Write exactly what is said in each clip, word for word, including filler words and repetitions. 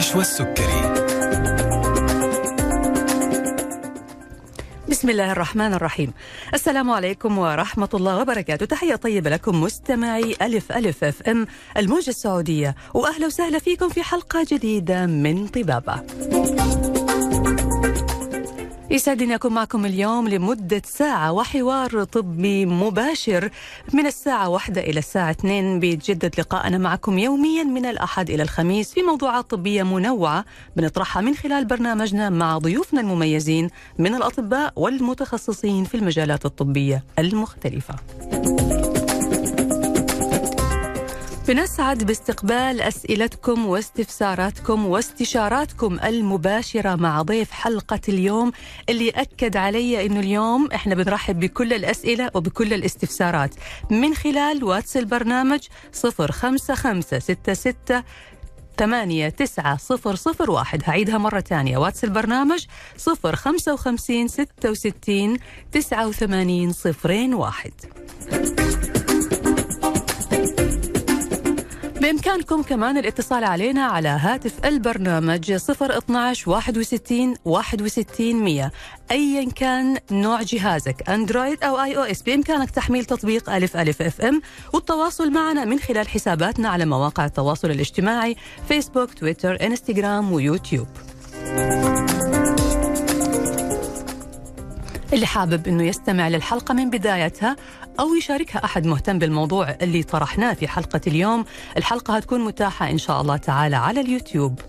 النشوى والسكري. بسم الله الرحمن الرحيم. السلام عليكم ورحمة الله وبركاته. تحية طيبة لكم مستمعي ألف ألف اف ام الموجة السعودية، وأهلا وسهلا فيكم في حلقة جديدة من طبابة. يسعدني أكون معكم اليوم لمدة ساعة وحوار طبي مباشر من الساعة واحدة إلى الساعة اثنين. بيتجدد لقاءنا معكم يوميا من الأحد إلى الخميس في موضوعات طبية منوعة بنطرحها من خلال برنامجنا مع ضيوفنا المميزين من الأطباء والمتخصصين في المجالات الطبية المختلفة. بنسعد باستقبال أسئلتكم واستفساراتكم واستشاراتكم المباشرة مع ضيف حلقة اليوم، اللي أكد علي أنه اليوم إحنا بنرحب بكل الأسئلة وبكل الاستفسارات من خلال واتس البرنامج صفر خمسة خمسة ستة ستة ثمانية تسعة صفر صفر واحد. هعيدها مرة تانية، واتس البرنامج صفر خمسة خمسين ستة وستين تسعة وثمانين صفرين واحد. بإمكانكم كمان الاتصال علينا على هاتف البرنامج صفر اثناش واحد وستين واحد وستين مية. أيا كان نوع جهازك أندرويد أو آي أو إس، بإمكانك تحميل تطبيق ألف ألف اف ام والتواصل معنا من خلال حساباتنا على مواقع التواصل الاجتماعي فيسبوك، تويتر، انستغرام ويوتيوب. اللي حابب أنه يستمع للحلقة من بدايتها أو يشاركها أحد مهتم بالموضوع اللي طرحناه في حلقة اليوم، الحلقة هتكون متاحة إن شاء الله تعالى على اليوتيوب.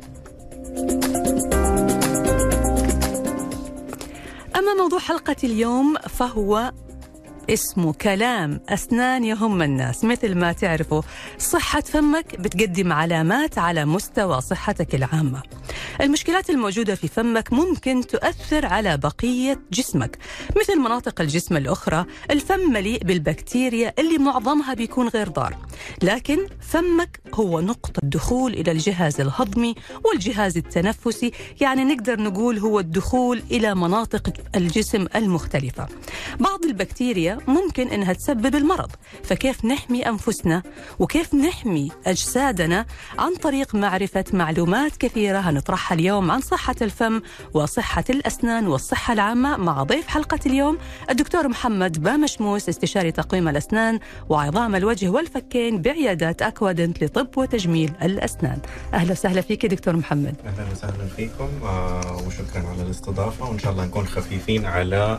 أما موضوع حلقة اليوم فهو اسمه كلام أسنان يهم الناس. مثل ما تعرفوا، صحة فمك بتقدم علامات على مستوى صحتك العامة. المشكلات الموجودة في فمك ممكن تؤثر على بقية جسمك. مثل مناطق الجسم الأخرى، الفم مليء بالبكتيريا اللي معظمها بيكون غير ضار، لكن فمك هو نقطة دخول إلى الجهاز الهضمي والجهاز التنفسي، يعني نقدر نقول هو الدخول إلى مناطق الجسم المختلفة. بعض البكتيريا ممكن إنها تسبب المرض، فكيف نحمي أنفسنا وكيف نحمي أجسادنا؟ عن طريق معرفة معلومات كثيرة هنطرحها اليوم عن صحة الفم وصحة الأسنان والصحة العامة مع ضيف حلقة اليوم الدكتور محمد بامشموس، استشاري تقويم الأسنان وعظام الوجه والفكين بعيادات أكوادنت لطب وتجميل الأسنان. أهلا وسهلا فيك دكتور محمد. أهلا وسهلا فيكم آه وشكرا على الاستضافة، وإن شاء الله نكون خفيفين على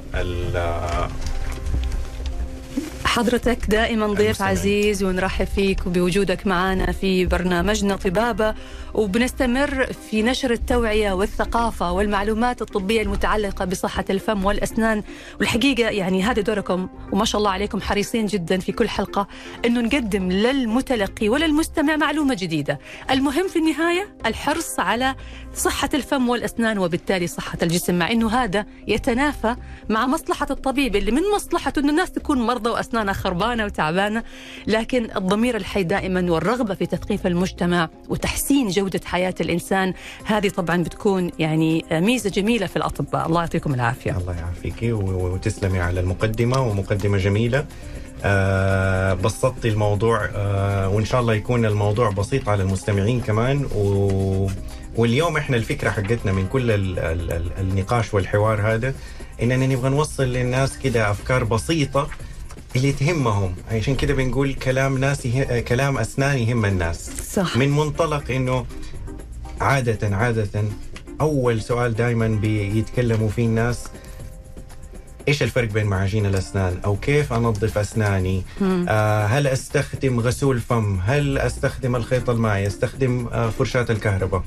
حضرتك. دائما ضيف عزيز ونرحب فيك وبوجودك معنا في برنامجنا طبابة، وبنستمر في نشر التوعية والثقافة والمعلومات الطبية المتعلقة بصحة الفم والأسنان. والحقيقة يعني هذا دوركم، وما شاء الله عليكم حريصين جدا في كل حلقة أنه نقدم للمتلقي وللمستمع معلومة جديدة. المهم في النهاية الحرص على صحة الفم والأسنان وبالتالي صحة الجسم، مع أنه هذا يتنافى مع مصلحة الطبيب اللي من مصلحته أن الناس تكون مرضى وأسنانها خربانة وتعبانة، لكن الضمير الحي دائما والرغبة في تثقيف المجتمع وتحسين جودة حياة الإنسان، هذه طبعا بتكون يعني ميزة جميلة في الأطباء. الله يعطيكم العافية. الله يعافيكي وتسلمي على المقدمة، ومقدمة جميلة. آه بسطتي الموضوع، آه وإن شاء الله يكون الموضوع بسيط على المستمعين كمان. و واليوم احنا الفكرة حقتنا من كل ال ال ال النقاش والحوار هذا اننا نبغى نوصل للناس كده افكار بسيطة اللي تهمهم. عشان كده بنقول كلام ناس يه... كلام أسنان يهم الناس. صح. من منطلق انه عادة عادة اول سؤال دائما بيتكلموا فيه الناس، ايش الفرق بين معاجين الاسنان، او كيف انظف اسناني، آه هل استخدم غسول فم، هل استخدم الخيط المائي، استخدم آه فرشاة الكهرباء.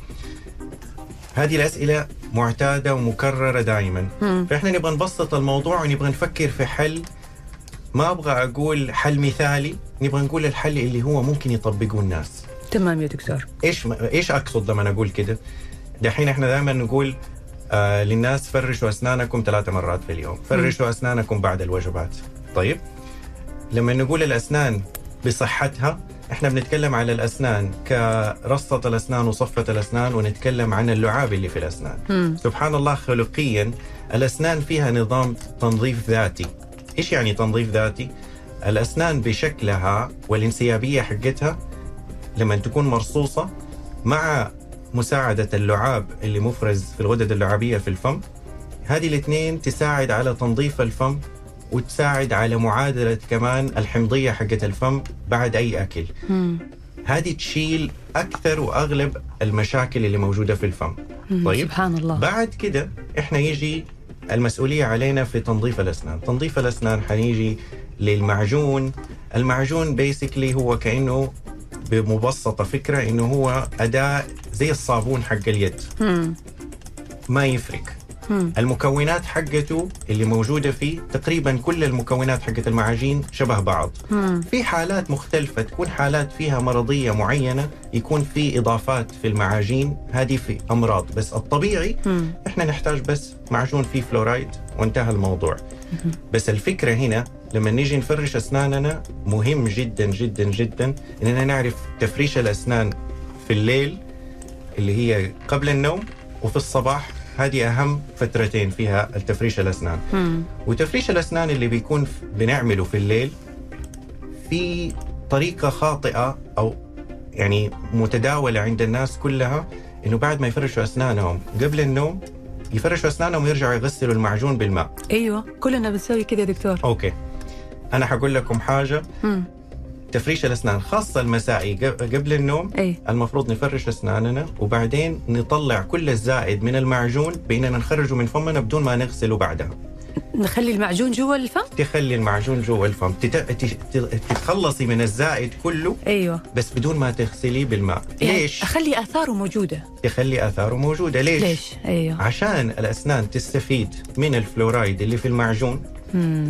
هذه الاسئله معتاده ومكرره دائما. فاحنا نبغى نبسط الموضوع ونبغى نفكر في حل. ما ابغى اقول حل مثالي، نبغى نقول الحل اللي هو ممكن يطبقه الناس. تمام يا دكتور. ايش ايش اقصد لما اقول كده؟ دحين احنا دائما نقول آه للناس فرشوا أسنانكم ثلاث مرات في اليوم، فرشوا أسنانكم بعد الوجبات. طيب لما نقول الأسنان بصحتها، احنا بنتكلم على الأسنان كرصة الأسنان وصفة الأسنان، ونتكلم عن اللعاب اللي في الأسنان. م. سبحان الله، خلقيا الأسنان فيها نظام تنظيف ذاتي. إيش يعني تنظيف ذاتي؟ الأسنان بشكلها والانسيابية حقتها لما تكون مرصوصة مع مساعدة اللعاب اللي مفرز في الغدد اللعابية في الفم. هذه الاثنين تساعد على تنظيف الفم وتساعد على معادلة كمان الحمضية حقة الفم بعد أي أكل. مم. هذه تشيل أكثر وأغلب المشاكل اللي موجودة في الفم. طيب سبحان الله. بعد كده إحنا يجي المسؤولية علينا في تنظيف الأسنان. تنظيف الأسنان حنيجي للمعجون. المعجون بيسكلي هو كأنه بمبسطة فكرة إنه هو أداة زي الصابون حق اليد. مم. ما يفرق. مم. المكونات حقته اللي موجودة فيه تقريبا كل المكونات حقت المعاجين شبه بعض. مم. في حالات مختلفة تكون حالات فيها مرضية معينة يكون في إضافات في المعاجين، هذه في أمراض، بس الطبيعي مم. إحنا نحتاج بس معجون فيه فلورايد وانتهى الموضوع. مم. بس الفكرة هنا لما نيجي نفرش أسناننا مهم جدا جدا جدا إننا نعرف تفريش الأسنان في الليل اللي هي قبل النوم وفي الصباح. هذه أهم فترتين فيها التفريش الأسنان. مم. وتفريش الأسنان اللي بيكون بنعمله في الليل في طريقة خاطئة أو يعني متداولة عند الناس كلها، إنه بعد ما يفرشوا أسنانهم قبل النوم يفرشوا أسنانهم ويرجعوا يغسلوا المعجون بالماء. أيوة كلنا بنسوي كده يا دكتور. أوكي، أنا حقول لكم حاجة. مم. تفريش الأسنان خاصة المسائي قبل النوم أي. المفروض نفرش أسناننا وبعدين نطلع كل الزائد من المعجون بيننا نخرجه من فمنا بدون ما نغسله بعدها. نخلي المعجون جوا الفم؟ تخلي المعجون جوا الفم، تت... تتخلصي من الزائد كله. أيوة. بس بدون ما تغسليه بالماء. يعني ليش؟ أخلي آثاره موجودة. تخلي آثاره موجودة. ليش؟ ليش؟ أيوة. عشان الأسنان تستفيد من الفلورايد اللي في المعجون. مم.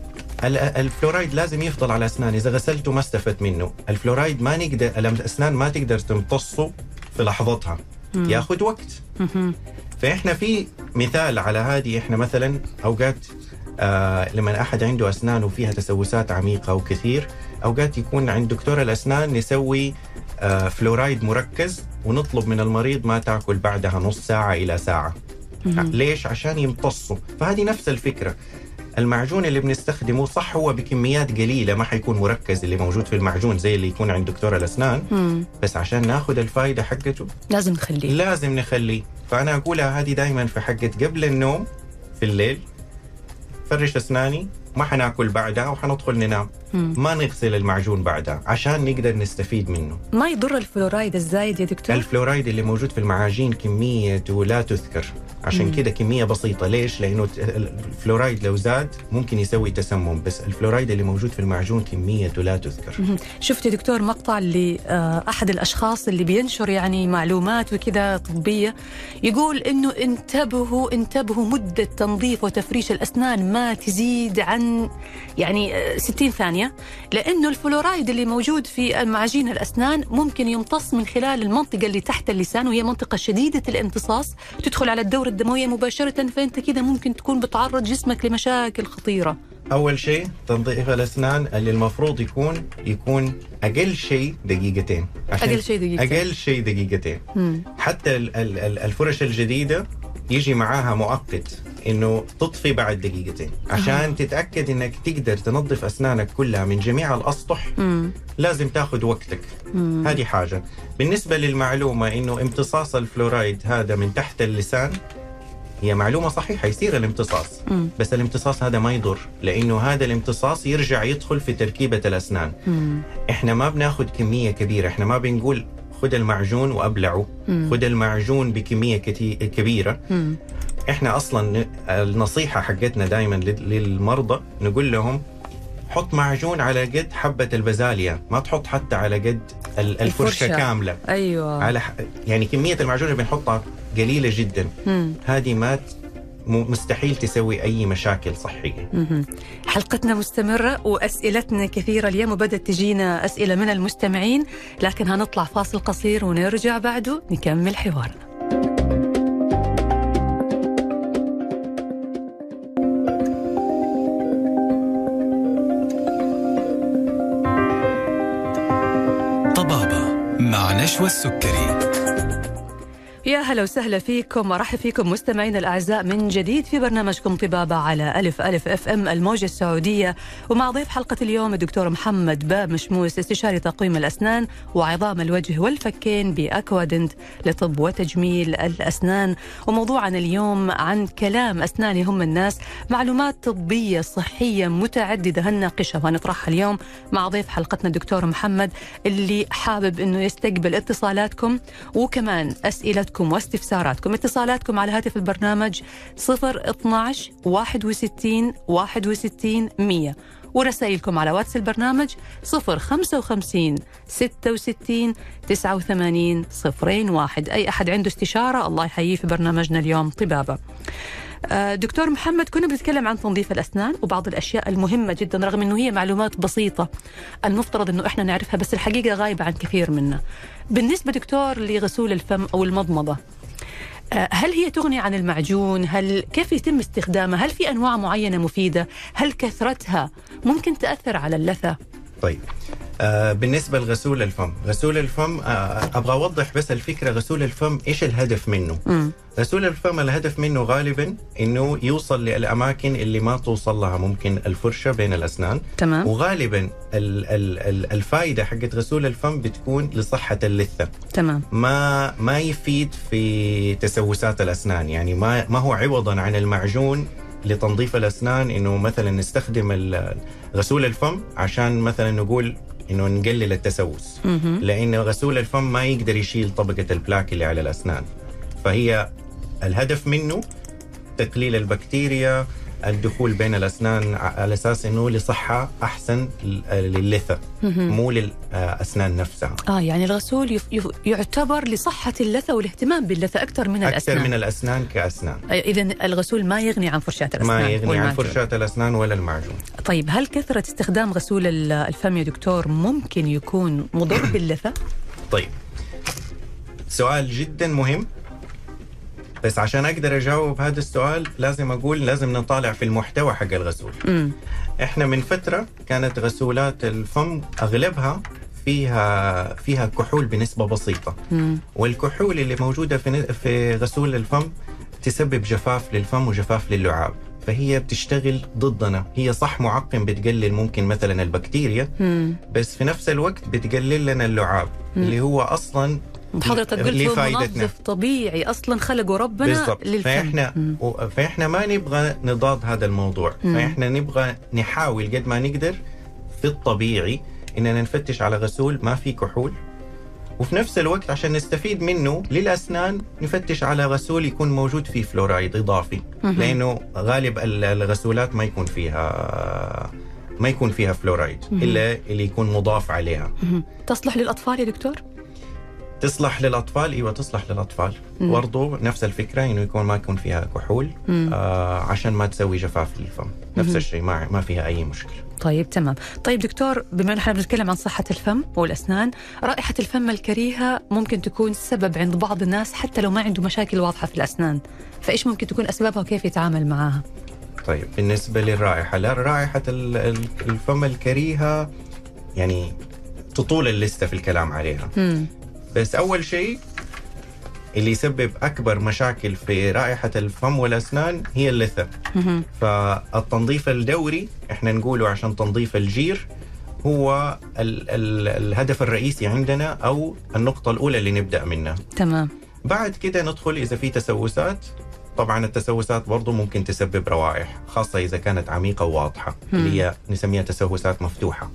الفلورايد لازم يفضل على الأسنان، إذا غسلته ما استفدت منه. الفلورايد ما نقدر، الأسنان ما تقدر تمتصه في لحظتها. مم. ياخذ وقت. مم. فإحنا في مثال على هذه. إحنا مثلا أوقات آه لما أحد عنده أسنان وفيها تسوسات عميقة وكثير، أوقات يكون عند دكتور الأسنان نسوي آه فلورايد مركز ونطلب من المريض ما تأكل بعدها نص ساعة إلى ساعة. مم. ليش؟ عشان يمتصه. فهذه نفس الفكرة. المعجون اللي بنستخدمه صح هو بكميات قليلة، ما حيكون مركز اللي موجود في المعجون زي اللي يكون عند دكتور الأسنان. مم. بس عشان ناخذ الفائدة حقته لازم نخليه. لازم نخليه. فأنا أقولها هذه دايما في حقة قبل النوم في الليل، فرش أسناني ما حناكل بعدها وحندخل ننام. مم. ما نغسل المعجون بعدها عشان نقدر نستفيد منه. ما يضر الفلورايد الزايد يا دكتور؟ الفلورايد اللي موجود في المعاجين كميته لا تذكر، عشان كده كمية بسيطة. ليش؟ لأنه الفلورايد لو زاد ممكن يسوي تسمم، بس الفلورايد اللي موجود في المعجون كميته لا تذكر. شفت يا دكتور مقطع لأحد الأشخاص اللي بينشر يعني معلومات وكذا طبية، يقول إنه انتبهوا انتبهوا مدة تنظيف وتفريش الأسنان ما تزيد عن يعني ستين ثانية، لأنه الفلورايد اللي موجود في معاجين الأسنان ممكن يمتص من خلال المنطقة اللي تحت اللسان، وهي منطقة شديدة الامتصاص، تدخل على الدورة الدموية مباشرة، فأنت كده ممكن تكون بتعرض جسمك لمشاكل خطيرة. أول شيء تنظيف الأسنان اللي المفروض يكون يكون أقل شيء دقيقتين. أقل شيء دقيقتين. أقل شيء دقيقتين. مم. حتى الفرش الجديدة يجي معاها مؤقت إنه تطفي بعد دقيقتين عشان آه. تتأكد إنك تقدر تنظف أسنانك كلها من جميع الأسطح. مم. لازم تاخذ وقتك. مم. هذه حاجة. بالنسبة للمعلومة إنه امتصاص الفلورايد هذا من تحت اللسان، هي معلومة صحيحة، يصير الامتصاص. مم. بس الامتصاص هذا ما يضر، لأنه هذا الامتصاص يرجع يدخل في تركيبة الأسنان. مم. إحنا ما بناخذ كمية كبيرة، إحنا ما بنقول خذ المعجون وأبلعه. مم. خذ المعجون بكمية كبيرة. مم. إحنا أصلاً النصيحة حقتنا دايماً للمرضى نقول لهم حط معجون على قد حبة البازاليا، ما تحط حتى على قد الفرشة, الفرشة كاملة. أيوة. على يعني كمية المعجون اللي بنحطها قليلة جداً. مم. هذه ما مستحيل تسوي أي مشاكل صحية. مم. حلقتنا مستمرة وأسئلتنا كثيرة اليوم، وبدأت تجينا أسئلة من المستمعين، لكن هنطلع فاصل قصير ونرجع بعده نكمل حوارنا. طبابة مع نشوى السكري. يا هلا وسهلا فيكم ورحب فيكم مستمعينا الأعزاء من جديد في برنامجكم طبابة على ألف ألف اف ام الموجة السعودية، ومع ضيف حلقة اليوم الدكتور محمد باب مشموس، استشاري تقويم الأسنان وعظام الوجه والفكين بأكوادنت لطب وتجميل الأسنان. وموضوعنا اليوم عن كلام أسنان يهم الناس، معلومات طبية صحية متعددة هنناقشها وهنطرحها اليوم مع ضيف حلقتنا الدكتور محمد، اللي حابب أنه يستقبل اتصالاتكم وكمان أسئلتكم واستفساراتكم. اتصالاتكم على هاتف البرنامج صفر اثناش واحد وستين واحد وستين مية، ورسائلكم على واتس البرنامج صفر خمسة وخمسين ستة وستين تسعة وثمانين صفرين واحد. أي أحد عنده استشارة الله يحييه في برنامجنا اليوم طبابة. دكتور محمد، كنا بنتكلم عن تنظيف الأسنان وبعض الأشياء المهمة جدا رغم أنه هي معلومات بسيطة المفترض أنه إحنا نعرفها، بس الحقيقة غايبة عن كثير منا. بالنسبة دكتور لغسول الفم أو المضمضة، هل هي تغني عن المعجون؟ هل كيف يتم استخدامها؟ هل في أنواع معينة مفيدة؟ هل كثرتها ممكن تأثر على اللثة؟ طيب آه بالنسبة لغسول الفم، غسول الفم آه أبغى أوضح بس الفكرة. غسول الفم إيش الهدف منه؟ م. غسول الفم الهدف منه غالبا إنه يوصل للأماكن اللي ما توصل لها ممكن الفرشة بين الأسنان. تمام. وغالبا ال ال ال الفائدة حقت غسول الفم بتكون لصحة اللثة. تمام. ما ما يفيد في تسوسات الأسنان، يعني ما ما هو عوضا عن المعجون لتنظيف الأسنان إنه مثلا نستخدم غسول الفم عشان مثلا نقول إنه نقلل التسوس، لأن غسول الفم ما يقدر يشيل طبقة البلاك اللي على الأسنان. فهي الهدف منه تقليل البكتيريا، الدخول بين الأسنان على أساس إنه لصحة أحسن للثة مو للأسنان نفسها. آه يعني الغسول يف... يف... يعتبر لصحة اللثة والاهتمام باللثة أكثر من أكثر الأسنان. أكثر من الأسنان كأسنان. إذن الغسول ما يغني عن فرشاة الأسنان، ما يغني عن فرشاة الأسنان ولا المعجون. طيب هل كثرة استخدام غسول الفم يا دكتور ممكن يكون مضر باللثة؟ طيب سؤال جدا مهم، بس عشان أقدر أجاوب هذا السؤال لازم أقول لازم نطالع في المحتوى حق الغسول. م. إحنا من فترة كانت غسولات الفم أغلبها فيها فيها كحول بنسبة بسيطة. م. والكحول اللي موجودة في في غسول الفم تسبب جفاف للفم وجفاف للعاب، فهي بتشتغل ضدنا. هي صح معقم بتقلل ممكن مثلا البكتيريا، م. بس في نفس الوقت بتقلل لنا اللعاب م. اللي هو أصلا حضرتك قلت هو منظف طبيعي أصلا خلقه ربنا بالضبط. للفم. فإحنا, و... فإحنا ما نبغى نضاد هذا الموضوع. م. فإحنا نبغى نحاول قد ما نقدر في الطبيعي إننا نفتش على غسول ما فيه كحول، وفي نفس الوقت عشان نستفيد منه للأسنان نفتش على غسول يكون موجود فيه فلورايد إضافي. م. لأنه غالب الغسولات ما يكون فيها ما يكون فيها فلورايد م. إلا اللي يكون مضاف عليها. م. تصلح للأطفال يا دكتور؟ تصلح للأطفال، إيوه تصلح للأطفال. برضو نفس الفكرة إنه يكون ما يكون فيها كحول آه عشان ما تسوي جفاف للفم. نفس الشيء ما ما فيها أي مشكلة. طيب تمام. طيب دكتور، بما أن احنا بنتكلم عن صحة الفم والأسنان، رائحة الفم الكريهة ممكن تكون سبب عند بعض الناس حتى لو ما عنده مشاكل واضحة في الأسنان، فإيش ممكن تكون أسبابها وكيف يتعامل معها؟ طيب بالنسبة للرائحة، لا رائحة الفم الكريهة يعني تطول الليستة في الكلام عليها. م. بس أول شيء اللي يسبب أكبر مشاكل في رائحة الفم والأسنان هي اللثة. فالتنظيف الدوري إحنا نقوله عشان تنظيف الجير هو ال ال الهدف الرئيسي عندنا أو النقطة الأولى اللي نبدأ منها. تمام. بعد كده ندخل إذا في تسوسات. طبعا التسوسات برضو ممكن تسبب روائح، خاصة إذا كانت عميقة وواضحة اللي هي نسميها تسوسات مفتوحة.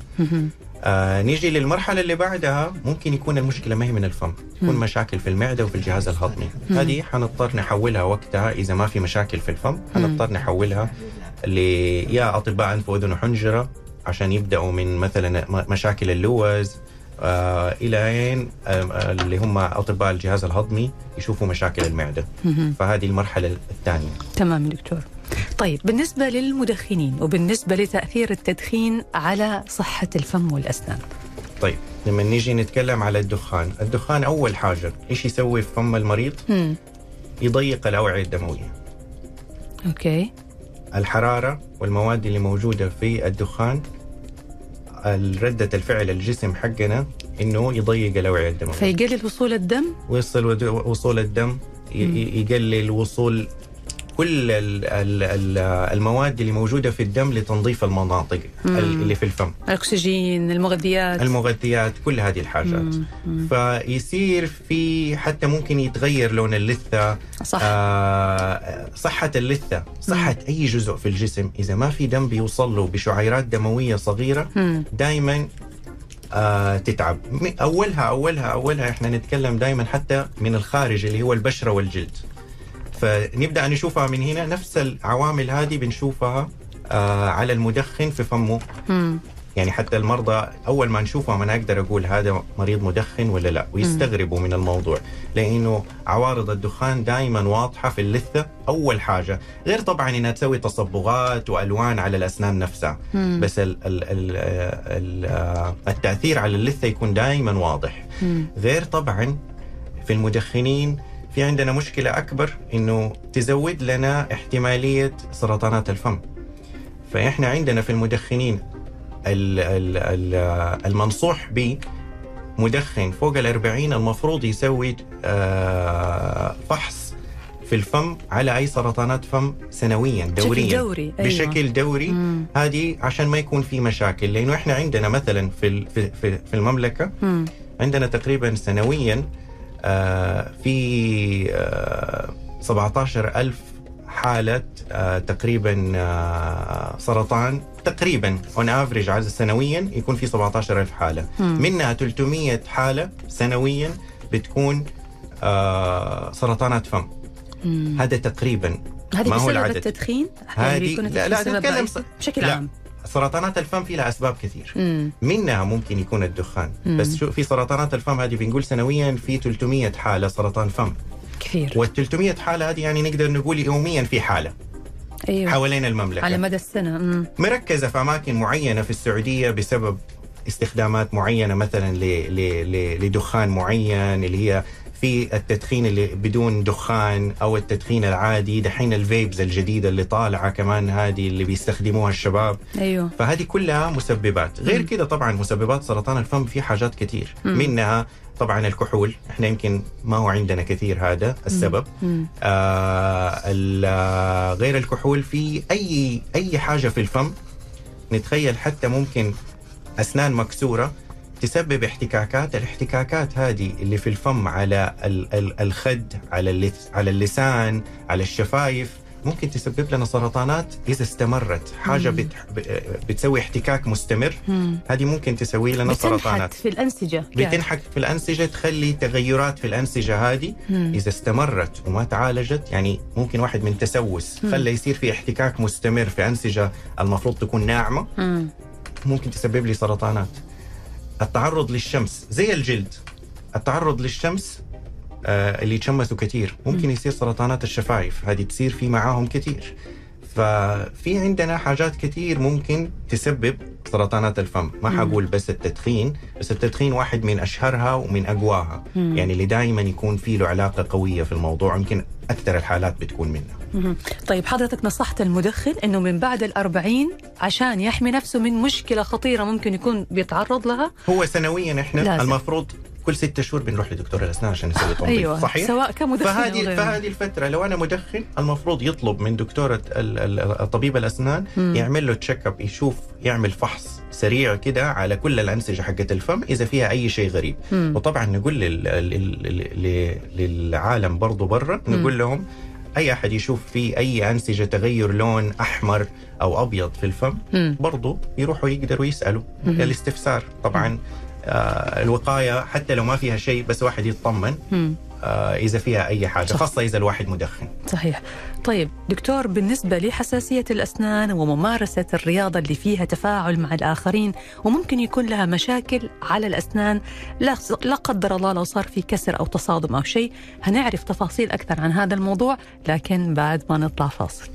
آه نيجي للمرحلة اللي بعدها ممكن يكون المشكلة ما هي من الفم، تكون مشاكل في المعدة وفي الجهاز الهضمي. هذه حنضطر نحولها وقتها إذا ما في مشاكل في الفم، حنضطر نحولها ليا أطباء أنف وأذن وحنجرة عشان يبدأوا من مثلا مشاكل اللوز آه إلى أين آه اللي هم أطباء الجهاز الهضمي يشوفوا مشاكل المعدة. فهذه المرحلة الثانية. تمام دكتور. طيب بالنسبة للمدخنين وبالنسبة لتأثير التدخين على صحة الفم والأسنان. طيب لما نيجي نتكلم على الدخان، الدخان أول حاجة إيش يسوي في فم المريض؟ م. يضيق الأوعية الدموية. أوكي. الحرارة والمواد اللي موجودة في الدخان ردة الفعل الجسم حقنا إنه يضيق الأوعية الدموية، فيقلل وصول الدم، ويصل وصول الدم، يقلل وصول كل المواد اللي موجودة في الدم لتنظيف المناطق مم. اللي في الفم، الأكسجين، المغذيات المغذيات كل هذه الحاجات. مم. مم. فيصير في حتى ممكن يتغير لون اللثة، صح. آه صحة اللثة، صحة مم. أي جزء في الجسم إذا ما في دم بيوصل له بشعيرات دموية صغيرة دايما آه تتعب. أولها أولها أولها إحنا نتكلم دايما حتى من الخارج اللي هو البشرة والجلد، فنبدأ نشوفها من هنا. نفس العوامل هذه بنشوفها آه على المدخن في فمه. مم. يعني حتى المرضى أول ما نشوفهم أنا أقدر أقول هذا مريض مدخن ولا لا، ويستغربوا من الموضوع لأنه عوارض الدخان دائما واضحة في اللثة أول حاجة، غير طبعا إنها تسوي تصبغات وألوان على الأسنان نفسها. مم. بس ال ال ال ال التأثير على اللثة يكون دائما واضح. مم. غير طبعا في المدخنين في عندنا مشكلة أكبر إنه تزود لنا احتمالية سرطانات الفم. فإحنا عندنا في المدخنين المنصوح بمدخن فوق الأربعين المفروض يسوي فحص في الفم على أي سرطانات فم سنويا دوريا، بشكل دوري. أيوة. بشكل دوري. مم. هذه عشان ما يكون في مشاكل، لأنه إحنا عندنا مثلا في في في المملكة مم. عندنا تقريبا سنويا آه في آه سبعة عشر ألف حالة آه تقريبا آه سرطان، تقريبا on average على سنويا يكون في سبعة عشر ألف حالة. مم. منها ثلاثمية حالة سنويا بتكون آه سرطانات فم. مم. هذا تقريبا ما هو العدد. التدخين هذه لا لا نتكلم بشكل عام. سرطانات الفم في لها أسباب كثير. مم. منها ممكن يكون الدخان. مم. بس شو في سرطانات الفم هذه بنقول سنويا في ثلاثمية حالة سرطان فم كثير، وال300 حالة هذه يعني نقدر نقول يوميا في حالة. أيوة. حوالين المملكة على مدى السنة. مم. مركزة في أماكن معينة في السعودية بسبب استخدامات معينة، مثلا لدخان معين اللي هي في التدخين اللي بدون دخان أو التدخين العادي. دحين الفيبز الجديدة اللي طالعة كمان هذه اللي بيستخدموها الشباب. أيوة. فهذه كلها مسببات. غير كده طبعا مسببات سرطان الفم في حاجات كتير. مم. منها طبعا الكحول، احنا يمكن ما هو عندنا كثير هذا السبب. آه غير الكحول في أي أي حاجة في الفم. نتخيل حتى ممكن أسنان مكسورة تسبب احتكاكات. الاحتكاكات هذه اللي في الفم على الخد، على على اللسان، على الشفايف، ممكن تسبب لنا سرطانات إذا استمرت. حاجة بت بتسوي احتكاك مستمر، هذه ممكن تسوي لنا سرطانات. بتنحت في الأنسجة، بتنحت في الأنسجة، تخلي تغيرات في الأنسجة هذه. مم. إذا استمرت وما تعالجت، يعني ممكن واحد من تسوس خلى يصير في احتكاك مستمر في أنسجة المفروض تكون ناعمة، مم. ممكن تسبب لي سرطانات. التعرض للشمس زي الجلد، التعرض للشمس آه اللي يتشمسوا كتير ممكن يصير سرطانات الشفايف، هذه تصير في معاهم كتير. ففي عندنا حاجات كتير ممكن تسبب سرطانات الفم. ما حقول بس التدخين، بس التدخين واحد من أشهرها ومن أقواها. مم. يعني اللي دائما يكون فيه له علاقة قوية في الموضوع، يمكن أكثر الحالات بتكون منها. مم. طيب حضرتك نصحت المدخن أنه من بعد الأربعين عشان يحمي نفسه من مشكلة خطيرة ممكن يكون بيتعرض لها. هو سنويا إحنا لازم. المفروض كل ستة شهور بنروح لدكتور الأسنان عشان نسوي تنظيف. أيوة. صحيح؟ سواء كمدخن فهذه فهذه الفترة لو أنا مدخن المفروض يطلب من دكتورة الطبيب الأسنان مم. يعمل له تشيك اب، يشوف، يعمل فحص سريع كده على كل الأنسجة حقة الفم إذا فيها أي شيء غريب. مم. وطبعا نقول للعالم برضو برا، نقول لهم أي أحد يشوف في أي أنسجة تغير لون أحمر أو أبيض في الفم مم. برضو يروحوا يقدروا يسألوا. مم. الاستفسار طبعا مم. آه الوقاية حتى لو ما فيها شيء، بس واحد يطمن آه إذا فيها أي حاجة، صح. خاصة إذا الواحد مدخن. صحيح. طيب دكتور، بالنسبة لحساسية الأسنان وممارسة الرياضة اللي فيها تفاعل مع الآخرين وممكن يكون لها مشاكل على الأسنان، لا, لا قدر الله لو صار في كسر أو تصادم أو شيء، هنعرف تفاصيل أكثر عن هذا الموضوع لكن بعد ما نطلع فاصل.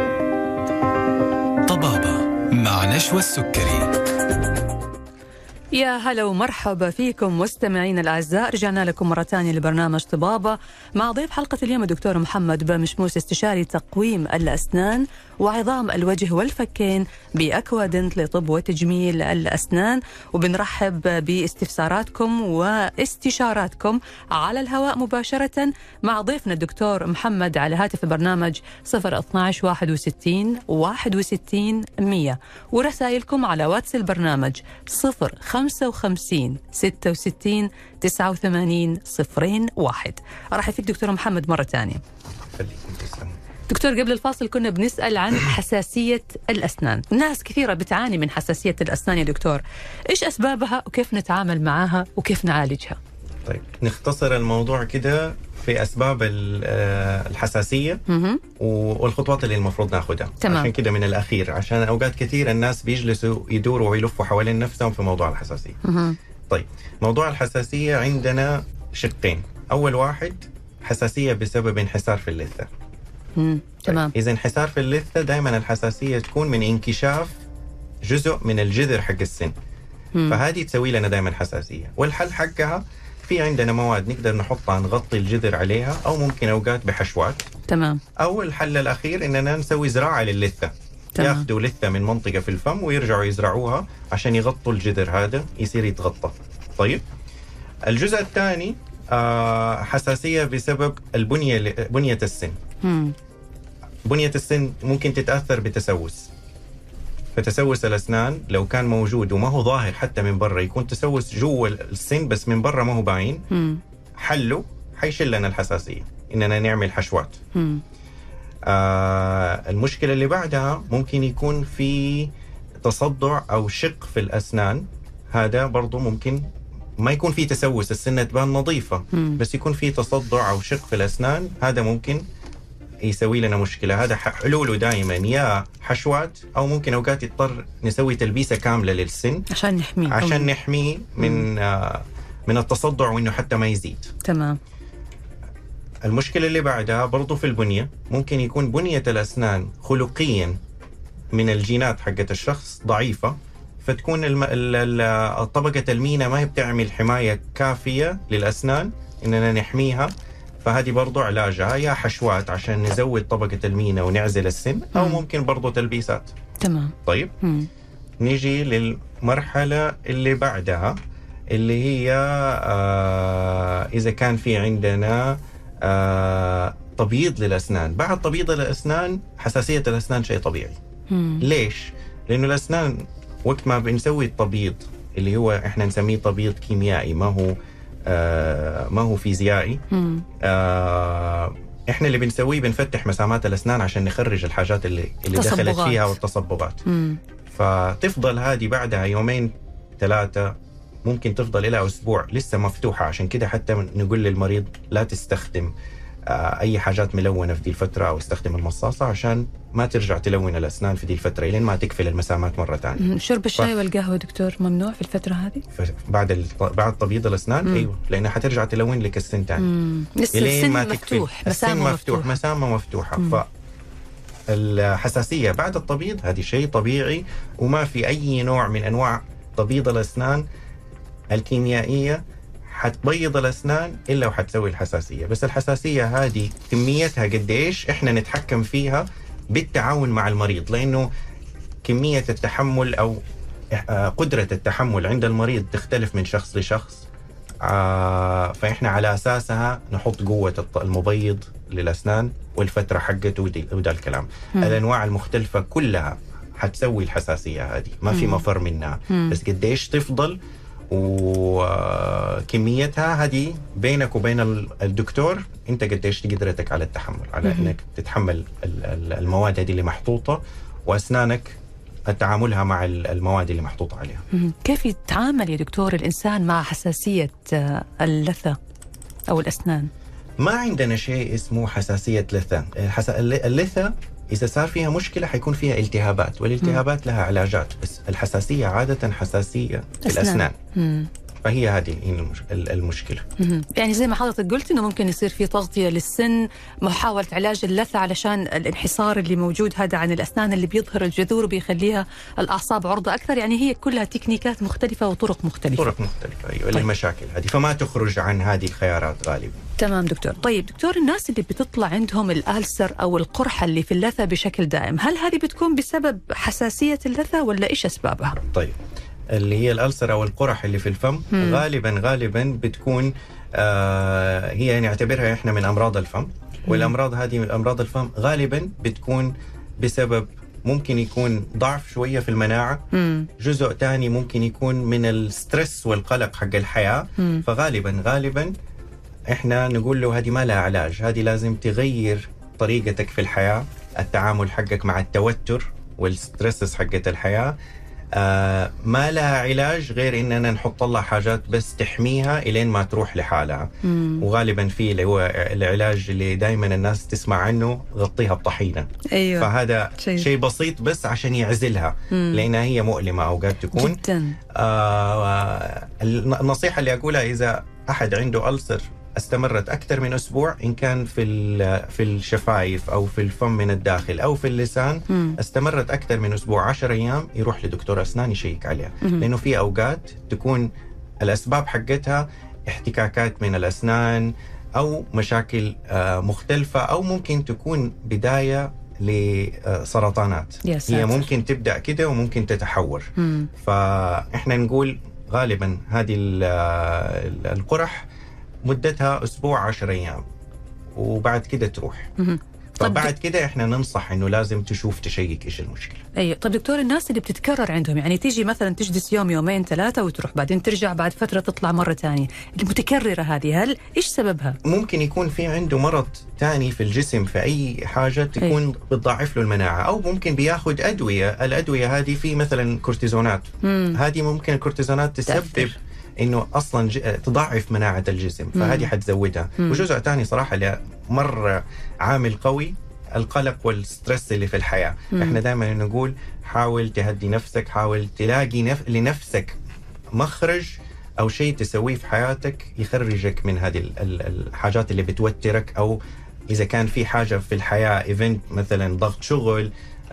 طبابة مع نشوى السكري. يا هلا ومرحبا فيكم مستمعين الأعزاء. رجعنا لكم مرة ثانية لبرنامج طبابة مع ضيف حلقة اليوم الدكتور محمد بامشموس، استشاري تقويم الأسنان وعظام الوجه والفكين بأكوادنت لطب وتجميل الأسنان. وبنرحب باستفساراتكم واستشاراتكم على الهواء مباشرة مع ضيفنا الدكتور محمد على هاتف البرنامج صفر اثناعش واحد وستين واحد وستين مية، ورسائلكم على واتس البرنامج صفر خمسة وخمسين ستة وستين تسعة وثمانين صفرين واحد. راح فيك دكتور محمد مرة ثانية. دكتور، قبل الفاصل كنا بنسأل عن حساسية الأسنان. ناس كثيرة بتعاني من حساسية الأسنان يا دكتور، إيش أسبابها وكيف نتعامل معها وكيف نعالجها؟ طيب نختصر الموضوع كده في أسباب الحساسية والخطوات اللي المفروض ناخدها. تمام. عشان كده من الأخير، عشان أوقات كثير الناس بيجلسوا يدوروا ويلفوا حوالين نفسهم في موضوع الحساسية. مه. طيب موضوع الحساسية عندنا شقين. أول واحد حساسية بسبب انحسار في اللثة. مم. تمام. إذا انحسار في اللثة دائما الحساسية تكون من انكشاف جزء من الجذر حق السن. مم. فهذه تسوي لنا دائما حساسية، والحل حقها في عندنا مواد نقدر نحطها نغطي الجذر عليها، أو ممكن أوقات بحشوات. تمام. أو الحل الأخير إننا نسوي زراعة للثة. تمام. ياخدوا لثة من منطقة في الفم ويرجعوا يزرعوها عشان يغطوا الجذر هذا يصير يتغطى. طيب الجزء الثاني آه حساسية بسبب البنية بنية السن. مم. بنية السن ممكن تتأثر بتسوس. فتسوس الأسنان لو كان موجود وما هو ظاهر حتى من برا، يكون تسوس جوا السن بس من برا ما هو باين، حله حيشل لنا الحساسية إننا نعمل حشوات. آه المشكلة اللي بعدها ممكن يكون في تصدع أو شق في الأسنان. هذا برضو ممكن ما يكون في تسوس، السنة تبان نظيفة، مم. بس يكون في تصدع أو شق في الأسنان، هذا ممكن يسوي لنا مشكلة. هذا حلوله دائما يا حشوات، أو ممكن أوقات يضطر نسوي تلبيسة كاملة للسن عشان نحميه عشان نحميه من آه من التصدع وإنه حتى ما يزيد. تمام. المشكلة اللي بعدها برضو في البنية، ممكن يكون بنية الأسنان خلقيا من الجينات حقت الشخص ضعيفة، فتكون الم... الطبقة المينا ما هي بتعمل حماية كافية للأسنان إننا نحميها. فهذه برضو علاجها يا حشوات عشان نزود طبقة المينا ونعزل السن، أو مم. ممكن برضو تلبيسات. تمام. طيب مم. نيجي للمرحلة اللي بعدها اللي هي آه إذا كان في عندنا آه تبييض للأسنان. بعد تبييض الأسنان حساسية الأسنان شيء طبيعي. مم. ليش؟ لأنه الأسنان وقت ما بنسوي التبييض اللي هو إحنا نسميه تبييض كيميائي، ما هو آه ما هو فيزيائي. آه إحنا اللي بنسويه بنفتح مسامات الأسنان عشان نخرج الحاجات اللي اللي دخلت فيها والتصبغات. مم. فتفضل هذه بعدها يومين ثلاثة، ممكن تفضل إلى أسبوع لسه مفتوحة. عشان كده حتى نقول للمريض لا تستخدم آه أي حاجات ملونة في دي الفترة، أو استخدم المصاصة عشان ما ترجع تلون الأسنان في دي الفترة لين ما تقفل المسامات مرة ثانية. شرب الشاي ف... والقهوة دكتور ممنوع في الفترة هذه؟ بعد ال... بعد تبييض الأسنان. مم. أيوة، لأنها حترجع تلون لك السن ثاني. لسه السن مفتوح، مسامة مفتوح، مسامة مفتوحة. فالحساسية بعد التبييض هذه شيء طبيعي، وما في أي نوع من أنواع تبييض الأسنان الكيميائية حتبيض الأسنان إلا وحتسوي الحساسية. بس الحساسية هذه كميتها قديش إحنا نتحكم فيها بالتعاون مع المريض، لأنه كمية التحمل أو قدرة التحمل عند المريض تختلف من شخص لشخص. فإحنا على أساسها نحط قوة المبيض للأسنان والفترة حقته وده الكلام. م. الأنواع المختلفة كلها حتسوي الحساسية هذه، ما في مفر منها. م. بس قديش تفضل وكميتها هذه بينك وبين الدكتور، انت قديش قدرتك على التحمل، على م- انك تتحمل المواد هذه اللي محطوطة، واسنانك تعاملها مع المواد اللي محطوطة عليها. م- كيف يتعامل يا دكتور الإنسان مع حساسية اللثة أو الأسنان؟ ما عندنا شيء اسمه حساسية لثة. اللثة إذا صار فيها مشكلة حيكون فيها التهابات، والالتهابات م. لها علاجات. بس الحساسية عادة حساسية في الأسنان. م. فهي هذه المشكلة. يعني زي ما حضرتك قلت إنه ممكن يصير في تغطية للسن، محاولة علاج اللثة علشان الانحسار اللي موجود هذا عن الأسنان اللي بيظهر الجذور وبيخليها الأعصاب عرضة أكثر. يعني هي كلها تكنيكات مختلفة وطرق مختلفة. طرق مختلفة أيوة. طيب. للمشاكل هذه، فما تخرج عن هذه الخيارات غالبا. تمام دكتور. طيب دكتور، الناس اللي بتطلع عندهم الألسر أو القرحة اللي في اللثة بشكل دائم، هل هذه بتكون بسبب حساسية اللثة ولا إيش أسبابها؟ طيب، اللي هي الألسر أو القرح اللي في الفم مم. غالبا غالبا بتكون آه هي نعتبرها إحنا من أمراض الفم. والأمراض هذه من أمراض الفم غالبا بتكون بسبب، ممكن يكون ضعف شوية في المناعة. مم. جزء تاني ممكن يكون من السترس والقلق حق الحياة. مم. فغالبا غالبا إحنا نقول له هذه ما لها علاج، هذه لازم تغير طريقتك في الحياة، التعامل حقك مع التوتر والسترسس حقت الحياة. آه ما لها علاج غير إننا نحط لها حاجات بس تحميها إلين ما تروح لحالها. مم. وغالبا في اللي هو العلاج اللي دايما الناس تسمع عنه، غطيها بطحينة. أيوة. فهذا شيء شي بسيط بس عشان يعزلها. مم. لأنها هي مؤلمة أوقات تكون جدا. آه النصيحة اللي أقولها، إذا أحد عنده ألسر استمرت أكثر من أسبوع، إن كان في في الشفايف أو في الفم من الداخل أو في اللسان، مم. استمرت أكثر من أسبوع عشر أيام، يروح لدكتور أسنان يشيك عليها. مم. لأنه في أوقات تكون الأسباب حقتها احتكاكات من الأسنان أو مشاكل مختلفة، أو ممكن تكون بداية لسرطانات. هي ممكن تبدأ كده وممكن تتحور. مم. فإحنا نقول غالبا هذه القرح مدتها أسبوع عشر أيام وبعد كده تروح. فبعد كده إحنا ننصح إنه لازم تشوف تشيك إيش المشكلة. أيوة. طب دكتور، الناس اللي بتتكرر عندهم، يعني تيجي مثلا تجلس يوم يومين ثلاثة وتروح، بعدين ترجع بعد فترة تطلع مرة تانية، المتكررة هذه، هل إيش سببها؟ ممكن يكون في عنده مرض تاني في الجسم، في أي حاجة تكون أيوة. بتضاعف له المناعة، أو ممكن بياخد أدوية. الأدوية هذه في مثلا كورتيزونات، هذه ممكن الكورتيزونات تسبب تأثر. إنه أصلاً تضاعف مناعة الجسم، فهذه حتزودها. مم. وجزء تاني صراحة اللي مرة عامل قوي، القلق والسترس اللي في الحياة. مم. إحنا دائما نقول حاول تهدي نفسك، حاول تلاقي نف... لنفسك مخرج أو شيء تسويه في حياتك يخرجك من هذه الحاجات اللي بتوترك، أو إذا كان في حاجة في الحياة إيفنت مثلا ضغط شغل.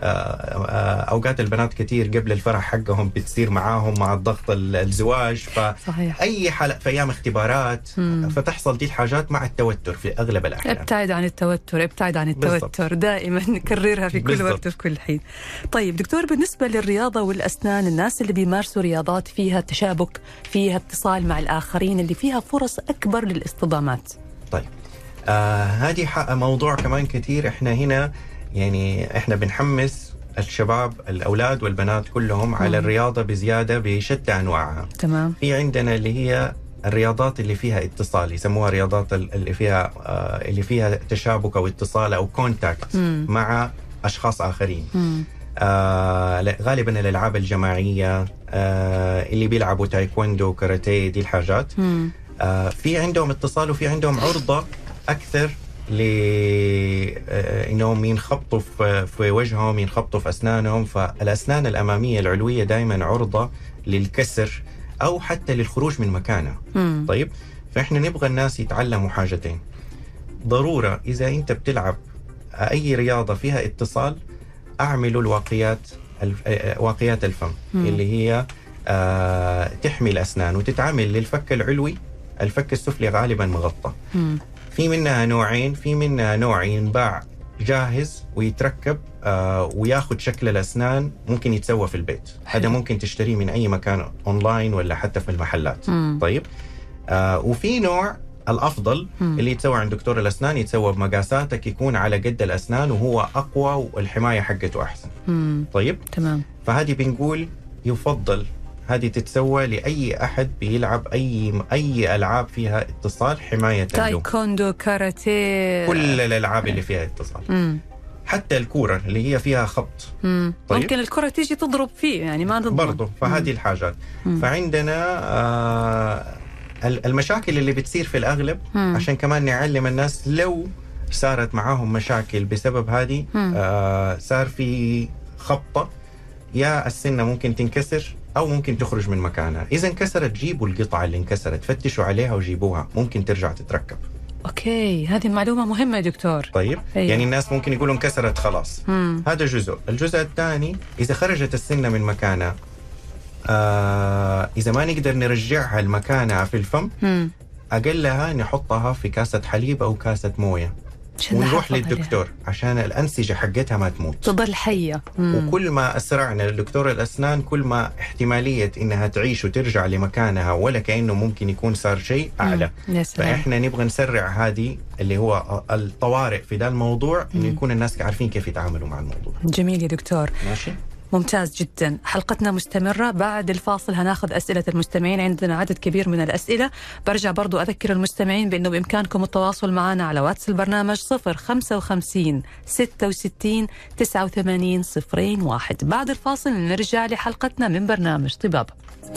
أوقات البنات كتير قبل الفرح حقهم بتصير معاهم مع الضغط الزواج، فأي حالة في أيام اختبارات. مم. فتحصل دي الحاجات مع التوتر في أغلب الأحيان. ابتعد عن التوتر، ابتعد عن التوتر. بالضبط. دائما نكررها في كل بالضبط. وقت وفي كل حين. طيب دكتور، بالنسبة للرياضة والأسنان، الناس اللي بيمارسوا رياضات فيها تشابك، فيها اتصال مع الآخرين، اللي فيها فرص أكبر للاصطدامات. طيب آه هذه موضوع كمان كتير. إحنا هنا يعني إحنا بنحمس الشباب الأولاد والبنات كلهم على الرياضة بزيادة بشتى أنواعها. تمام. في عندنا اللي هي الرياضات اللي فيها اتصال، يسموها رياضات اللي فيها آه اللي فيها تشابك أو اتصال أو كونتاكت مع أشخاص آخرين. آه غالبا الألعاب الجماعية، آه اللي بيلعبوا تايكوندو، كاراتيه، دي الحاجات. آه في عندهم اتصال وفي عندهم عرضة أكثر لأنهم ينخبطوا في وجههم، ينخبطوا في أسنانهم. فالأسنان الأمامية العلوية دائما عرضة للكسر أو حتى للخروج من مكانها. مم. طيب، فإحنا نبغى الناس يتعلموا حاجتين ضرورة. إذا أنت بتلعب أي رياضة فيها اتصال، أعملوا الواقيات واقيات الفم. مم. اللي هي آه تحمي الأسنان وتتعامل للفك العلوي. الفك السفلي غالبا مغطى. مم. في منها نوعين، في منها نوع ينباع جاهز ويتركب آه وياخد شكل الأسنان، ممكن يتسوى في البيت. هذا ممكن تشتريه من أي مكان أونلاين ولا حتى في المحلات. مم. طيب آه وفي نوع الأفضل مم. اللي يتسوى عند دكتور الأسنان، يتسوى بمقاساتك، يكون على قد الأسنان وهو أقوى والحماية حقته أحسن. مم. طيب تمام. فهذه بنقول يفضل هذه تتسوى لأي أحد بيلعب أي أي ألعاب فيها اتصال حماية له. تايكوندو، كاراتيه، كل الألعاب اللي فيها اتصال. مم. حتى الكورة اللي هي فيها خبط. طيب؟ ممكن الكرة تيجي تضرب فيه، يعني ما تضرب برضو. فهذه مم. الحاجات. مم. فعندنا آه المشاكل اللي بتصير في الأغلب، مم. عشان كمان نعلم الناس لو صارت معاهم مشاكل بسبب هذه، آه صار في خبطة، يا السنة ممكن تنكسر أو ممكن تخرج من مكانها. إذا انكسرت جيبوا القطعة اللي انكسرت، فتشوا عليها وجيبوها، ممكن ترجع تتركب. أوكي، هذه معلومة مهمة يا دكتور. طيب أيوة. يعني الناس ممكن يقولوا انكسرت خلاص. مم. هذا جزء. الجزء الثاني إذا خرجت السنة من مكانها، آه إذا ما نقدر نرجعها لمكانها في الفم، مم. أقلها نحطها في كاسة حليب أو كاسة موية ونروح للدكتور عليها. عشان الأنسجة حقتها ما تموت، تضل حية. مم. وكل ما أسرعنا لدكتور الأسنان كل ما احتمالية إنها تعيش وترجع لمكانها ولا كأنه ممكن يكون صار شيء أعلى. فإحنا نبغى نسرع هذه اللي هو الطوارئ في ده الموضوع، إنه يكون الناس عارفين كيف يتعاملوا مع الموضوع. جميل يا دكتور. ماشي. ممتاز جدا. حلقتنا مستمرة. بعد الفاصل هناخذ أسئلة المستمعين، عندنا عدد كبير من الأسئلة. برجع برضو أذكر المستمعين بأنه بإمكانكم التواصل معنا على واتس البرنامج صفر خمسة وخمسين ستة وستين تسعة وثمانين صفرين واحد. بعد الفاصل نرجع لحلقتنا من برنامج طبابة.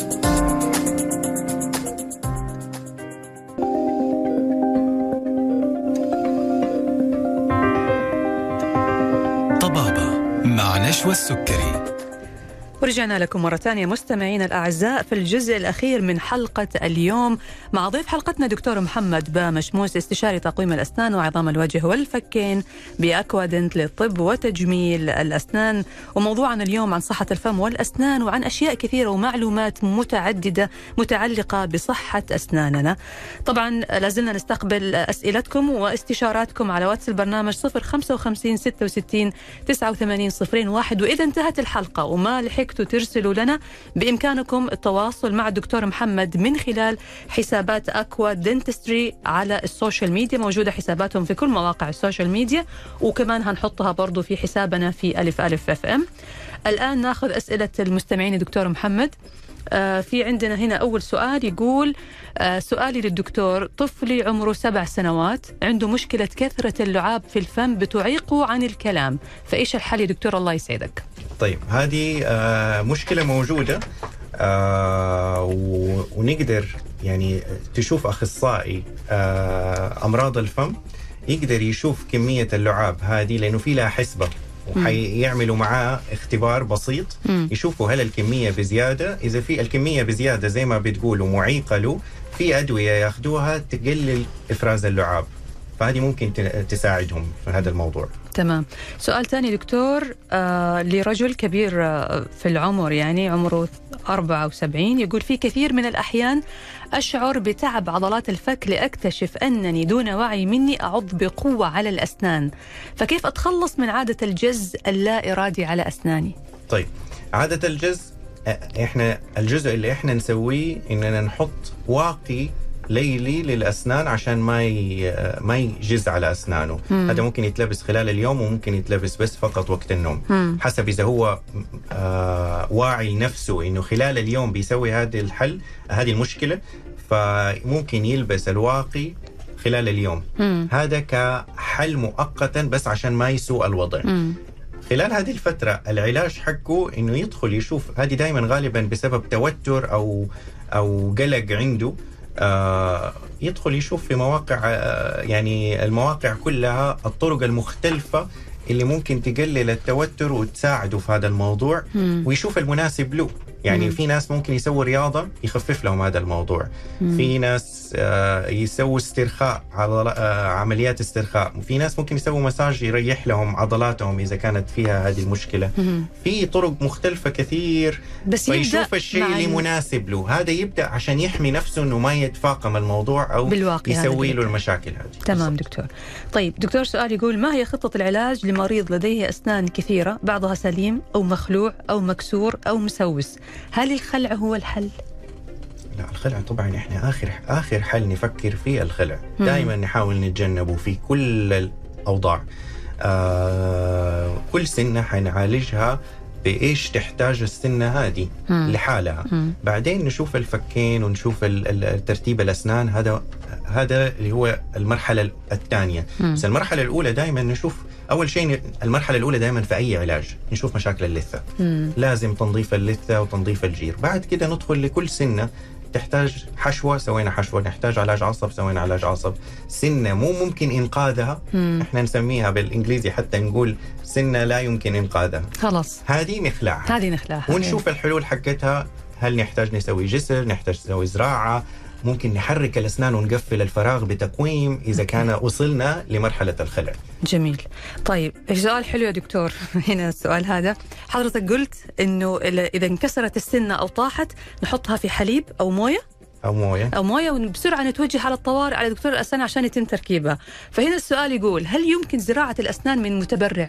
مع نشوى السكري. ورجعنا لكم مرة ثانية مستمعينا الأعزاء في الجزء الأخير من حلقة اليوم مع ضيف حلقتنا دكتور محمد بامشموس، استشاري تقويم الأسنان وعظام الوجه والفكين بأكوادنت للطب وتجميل الأسنان. وموضوعنا اليوم عن صحة الفم والأسنان وعن أشياء كثيرة ومعلومات متعددة متعلقة بصحة أسناننا. طبعا لازلنا نستقبل أسئلتكم واستشاراتكم على واتس البرنامج صفر خمسة وخمسين ستة وستين تسعة وثمانين صفرين واحد. وإذا انتهت الحلقة وما لحقتوا ترسلوا لنا، بإمكانكم التواصل مع الدكتور محمد من خلال حسابات أكوا دنتستري على السوشيال ميديا. موجودة حساباتهم في كل مواقع السوشيال ميديا، وكمان هنحطها برضو في حسابنا في ألف ألف اف ام. الآن ناخذ أسئلة المستمعين دكتور محمد. آه في عندنا هنا أول سؤال يقول: آه سؤالي للدكتور، طفلي عمره سبع سنوات عنده مشكلة كثرة اللعاب في الفم بتعيقه عن الكلام، فإيش الحل يا دكتور؟ الله يسعدك. طيب هذه آه مشكلة موجودة، آه ونقدر يعني تشوف أخصائي آه أمراض الفم يقدر يشوف كمية اللعاب هذه، لأنه في لها حسبة وحيعملوا معاه اختبار بسيط يشوفوا هل الكمية بزيادة. إذا في الكمية بزيادة زي ما بتقولوا معيقة له، في أدوية ياخدوها تقلل إفراز اللعاب، فهذه ممكن تساعدهم في هذا الموضوع. تمام. سؤال ثاني دكتور، آه لرجل كبير آه في العمر، يعني عمره أربعة وسبعين، يقول: في كثير من الأحيان أشعر بتعب عضلات الفك لأكتشف أنني دون وعي مني أعض بقوة على الأسنان، فكيف أتخلص من عادة الجز اللا إرادي على أسناني؟ طيب عادة الجز، إحنا الجزء اللي إحنا نسويه إننا نحط واقي ليلي للأسنان عشان ما ما يجز على أسنانه. مم. هذا ممكن يتلبس خلال اليوم وممكن يتلبس بس فقط وقت النوم. مم. حسب إذا هو آه واعي لنفسه إنه خلال اليوم بيسوي هذه الحل هذه المشكلة، فممكن يلبس الواقي خلال اليوم. مم. هذا كحل مؤقتا بس عشان ما يسوء الوضع. مم. خلال هذه الفترة العلاج حقه إنه يدخل يشوف، هذه دائما غالبا بسبب توتر أو أو قلق عنده، آه يدخل يشوف في مواقع، آه يعني المواقع كلها الطرق المختلفة اللي ممكن تقلل التوتر وتساعده في هذا الموضوع. مم. ويشوف المناسب له. يعني مم. في ناس ممكن يسووا رياضة يخفف لهم هذا الموضوع. مم. في ناس آه يسووا استرخاء، آه عمليات استرخاء. وفي ناس ممكن يسووا مساج يريح لهم عضلاتهم إذا كانت فيها هذه المشكلة. مم. في طرق مختلفة كثير، بس فيشوف الشيء اللي مناسب له. هذا يبدأ عشان يحمي نفسه إنه ما يتفاقم الموضوع أو يسوي له المشاكل هذه. تمام دكتور. طيب دكتور، سؤال يقول: ما هي خطة العلاج لمريض لديه أسنان كثيرة بعضها سليم أو مخلوع أو مكسور أو مسوس؟ هل الخلع هو الحل؟ لا، الخلع طبعا احنا آخر آخر حل نفكر فيه الخلع. دائما نحاول نتجنبه في كل الأوضاع. آه كل سنة حنعالجها بإيش تحتاج السنة هذه لحالها. مم. بعدين نشوف الفكين ونشوف الترتيب الأسنان. هذا هذا اللي هو المرحلة الثانية. بس المرحلة الأولى دائما نشوف، أول شيء المرحلة الأولى دائما في أي علاج نشوف مشاكل اللثة. مم. لازم تنظيف اللثة وتنظيف الجير. بعد كده ندخل لكل سنة تحتاج حشوة، سوينا حشوة. نحتاج علاج عصب، سوينا علاج عصب. سنة مو ممكن إنقاذها، مم. احنا نسميها بالإنجليزي حتى نقول سنة لا يمكن إنقاذها، خلاص هذه نخلعها، هذه نخلعها ونشوف الحلول حقتها هل نحتاج نسوي جسر، نحتاج نسوي زراعة، ممكن نحرك الأسنان ونقفل الفراغ بتقويم إذا كان وصلنا لمرحلة الخلع. جميل. طيب سؤال حلو يا دكتور. هنا السؤال هذا، حضرتك قلت إنه إذا انكسرت السنة أو طاحت نحطها في حليب أو موية أو موية أو موية وبسرعة نتوجه على الطوارئ على دكتور الأسنان عشان يتم تركيبها. فهنا السؤال يقول، هل يمكن زراعة الأسنان من متبرع؟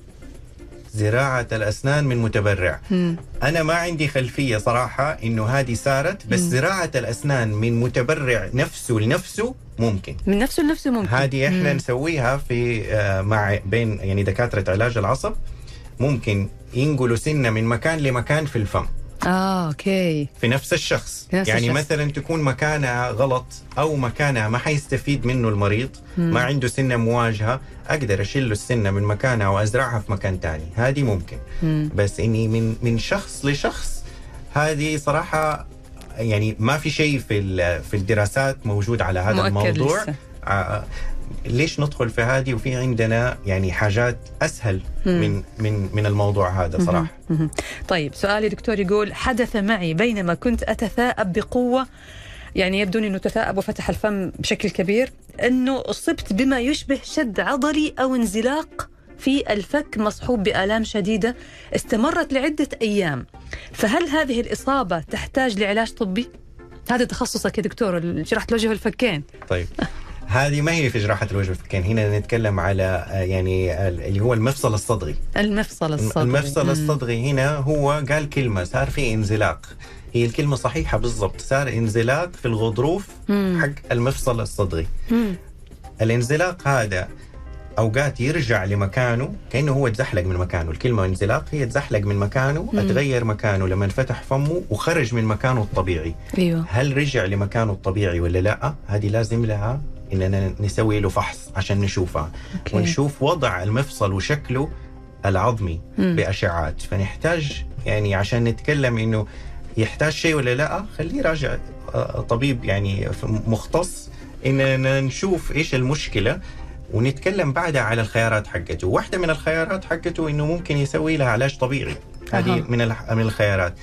زراعة الأسنان من متبرع. مم. أنا ما عندي خلفية صراحة إنه هذه صارت، بس مم. زراعة الأسنان من متبرع نفسه لنفسه ممكن. من نفسه لنفسه ممكن. هذه إحنا مم. نسويها في آه مع بين يعني دكاترة علاج العصب، ممكن ينقلوا سنة من مكان لمكان في الفم. آه، أوكي. في نفس الشخص. نفس يعني الشخص. مثلا تكون مكانها غلط أو مكانها ما حيستفيد منه المريض، مم. ما عنده سنة مواجهة، أقدر أشيل له السنة من مكانها وأزرعها في مكان تاني، هذه ممكن. مم. بس إني من من شخص لشخص، هذه صراحة يعني ما في شيء في في الدراسات موجود على هذا الموضوع. آه ليش ندخل في هذه وفي عندنا يعني حاجات أسهل مم. من من من الموضوع هذا صراحة. مم. مم. طيب سؤالي دكتور يقول، حدث معي بينما كنت أتثاءب بقوة، يعني يبدو أنه تثاءب وفتح الفم بشكل كبير، أنه أصبت بما يشبه شد عضلي أو انزلاق في الفك مصحوب بآلام شديدة استمرت لعدة أيام، فهل هذه الإصابة تحتاج لعلاج طبي؟ هذا تخصصك يا دكتور، جراحة الوجه والفكين. طيب هذه ما هي في جراحة الوجه والفكين، هنا نتكلم على يعني اللي هو المفصل الصدغي. المفصل الصدغي المفصل الصدغي هنا هو قال كلمة صار في انزلاق، هي الكلمة صحيحة بالضبط، صار انزلاق في الغضروف مم. حق المفصل الصدغي. مم. الانزلاق هذا أوقات يرجع لمكانه كأنه هو تزحلق من مكانه، الكلمة انزلاق هي تزحلق من مكانه، مم. اتغير مكانه لما فتح فمه وخرج من مكانه الطبيعي. أيوه. هل رجع لمكانه الطبيعي ولا لا؟ هذه لازم لها إننا نسوي له فحص عشان نشوفها. أوكي. ونشوف وضع المفصل وشكله العظمي مم. بأشعات، فنحتاج يعني عشان نتكلم إنه يحتاج شيء ولا لا، خليه راجع طبيب يعني مختص إننا نشوف إيش المشكلة ونتكلم بعدها على الخيارات حقته. واحدة من الخيارات حقته إنه ممكن يسوي لها علاج طبيعي، هذه أه. من من الخيارات.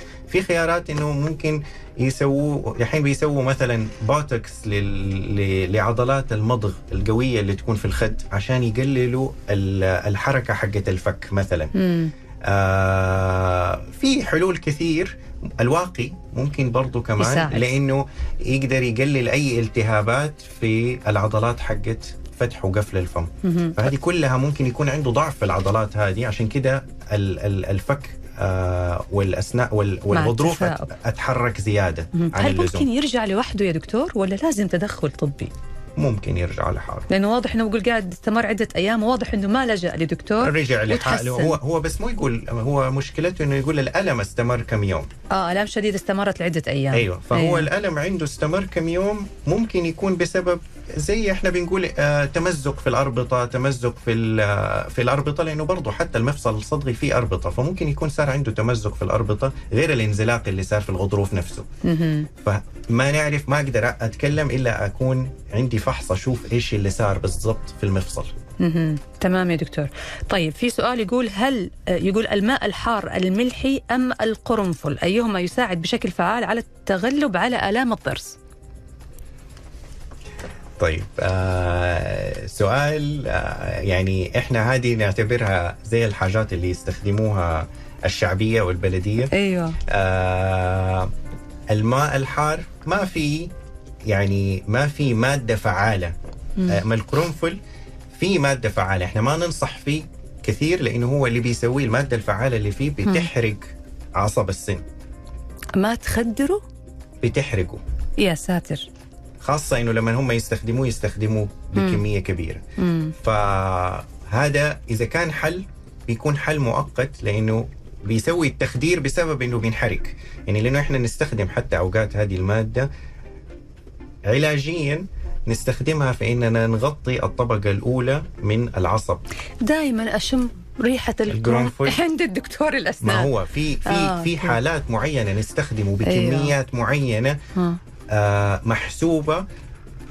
في خيارات إنه ممكن يسووا الحين بيسووا مثلا بوتوكس لل... لعضلات المضغ القوية اللي تكون في الخد عشان يقللوا الحركة حقة الفك مثلا. آه في حلول كثير. الواقي ممكن برضو كمان يساعد. لأنه يقدر يقلل أي التهابات في العضلات حقت فتح وقفل الفم. مم. فهذه كلها ممكن يكون عنده ضعف في العضلات هذه، عشان كده الفك آه والأسنان والغضروف أتحرك زيادة عن هل اللزوم. ممكن يرجع لوحده يا دكتور ولا لازم تدخل طبي؟ ممكن يرجع لحاله، لأنه واضح إنه بقول قاعد استمر عدة أيام، واضح إنه ما لجأ لدكتور، رجع لحاله. هو هو بس مو يقول، هو مشكلته إنه يقول الألم استمر كم يوم. آه ألم شديد استمرت لعدة أيام. أيوة، فهو أيوة. الألم عنده استمر كم يوم، ممكن يكون بسبب زي إحنا بنقول آه تمزق في الأربطة، تمزق في في الأربطة، لأنه برضو حتى المفصل الصدغي فيه أربطة، فممكن يكون صار عنده تمزق في الأربطة غير الانزلاق اللي صار في الغضروف نفسه. م- فما نعرف، ما أقدر أتكلم إلا أكون عندي فحص أشوف إيش اللي صار بالضبط في المفصل. م- تمام يا دكتور. طيب في سؤال يقول، هل يقول الماء الحار الملحي أم القرنفل أيهما يساعد بشكل فعال على التغلب على آلام الضرس؟ طيب آه سؤال آه يعني إحنا هذه نعتبرها زي الحاجات اللي يستخدموها الشعبية والبلدية. أيوة. آه الماء الحار ما في يعني ما في مادة فعالة. آه ما القرنفل في مادة فعالة، إحنا ما ننصح فيه كثير لأنه هو اللي بيسويه المادة الفعالة اللي فيه بتحرق عصب السن. ما تخدره؟ بتحرقه. يا ساتر. خاصة إنه لما هم يستخدموه يستخدموه بكمية كبيرة. مم. فهذا إذا كان حل بيكون حل مؤقت، لأنه بيسوي التخدير بسبب إنه بينحرق، يعني لأنه إحنا نستخدم حتى أوقات هذه المادة علاجيا، نستخدمها في إننا نغطي الطبقة الأولى من العصب. دائما أشم ريحة القرنفل عند الدكتور الأسنان. ما هو في في آه في حالات معينة نستخدمه بكميات أيوه. معينة آه محسوبة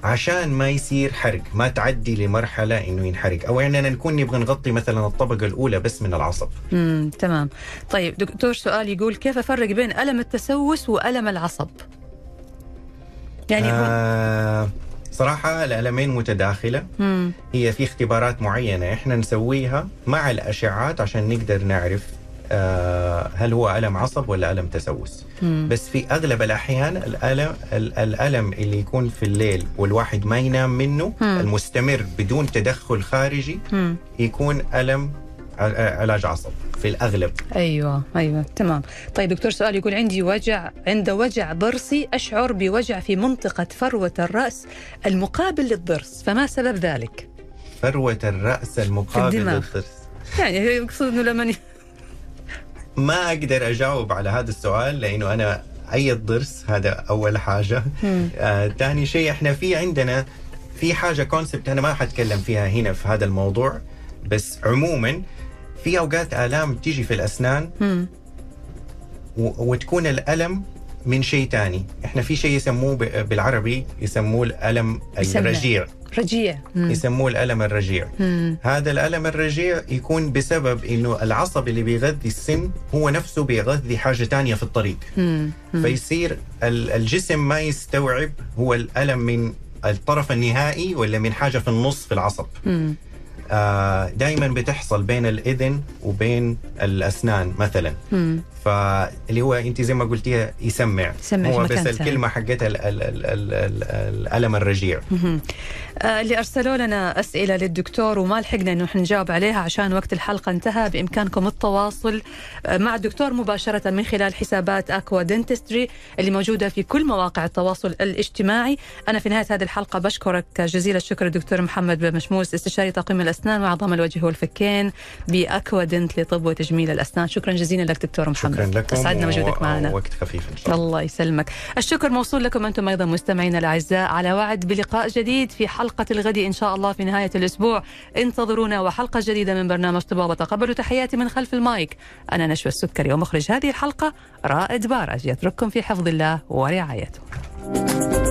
عشان ما يصير حرق، ما تعدي لمرحلة إنه ينحرق، أو إننا نكون نبغى نغطي مثلا الطبقة الأولى بس من العصب. امم تمام. طيب دكتور، سؤال يقول كيف أفرق بين ألم التسوس وألم العصب؟ يعني آه صراحة الألمين متداخلة. مم. هي في اختبارات معينة إحنا نسويها مع الأشعات عشان نقدر نعرف آه هل هو ألم عصب ولا ألم تسوس. مم. بس في أغلب الأحيان الألم, الألم اللي يكون في الليل والواحد ما ينام منه مم. المستمر بدون تدخل خارجي مم. يكون ألم علاج عصب في الأغلب. أيوة أيوة تمام. طيب دكتور، سؤال يقول عندي وجع عند وجع ضرسي، أشعر بوجع في منطقة فروة الرأس المقابل للضرس، فما سبب ذلك؟ فروة الرأس المقابل للضرس، يعني يقصد إنه لما ما أقدر أجاوب على هذا السؤال لأنه أنا أي الضرس، هذا أول حاجة. آه، تاني شيء إحنا في عندنا في حاجة كونسبت أنا ما حتكلم فيها هنا في هذا الموضوع، بس عموما في أوقات آلام تيجي في الأسنان و- وتكون الألم من شيء تاني. إحنا في شيء يسموه ب- بالعربي يسموه الألم الرجيع. رجيع. مم. يسموه الألم الرجيع. مم. هذا الألم الرجيع يكون بسبب إنه العصب اللي بيغذي السن هو نفسه بيغذي حاجة تانية في الطريق. مم. مم. فيصير ال- الجسم ما يستوعب هو الألم من الطرف النهائي ولا من حاجة في النص في العصب. مم. آه دائما بتحصل بين الإذن وبين الأسنان مثلا. مم. فاللي هو انت زي ما قلتيها يسمع, يسمع هو في بس مكان الكلمه حقتها ال- ال- ال- ال- ال- الالم الرجيع. آه، اللي أرسلوا لنا أسئلة للدكتور وما لحقنا إنه نجاوب عليها عشان وقت الحلقة انتهى، بإمكانكم التواصل آه، مع الدكتور مباشرة من خلال حسابات أكوا دنتستري اللي موجودة في كل مواقع التواصل الاجتماعي. أنا في نهاية هذه الحلقة بشكرك جزيل الشكر دكتور محمد بن مشموس، استشاري تقويم الأسنان وعظام الوجه والفكين بأكوا دنت لطب وتجميل الأسنان. شكرا جزيلا لك دكتور محمد، شكرا لكم، أسعدنا وجودك معنا. وقت خفيف إن شاء الله. الله يسلمك. الشكر موصول لكم أنتم أيضا مستمعينا الأعزاء، على وعد بلقاء جديد في حلقة الغد إن شاء الله في نهاية الأسبوع. انتظرونا وحلقة جديدة من برنامج طبابة. تقبلوا تحياتي من خلف المايك، أنا نشوى السكري، ومخرج هذه الحلقة رائد بارج. يترككم في حفظ الله ورعايته.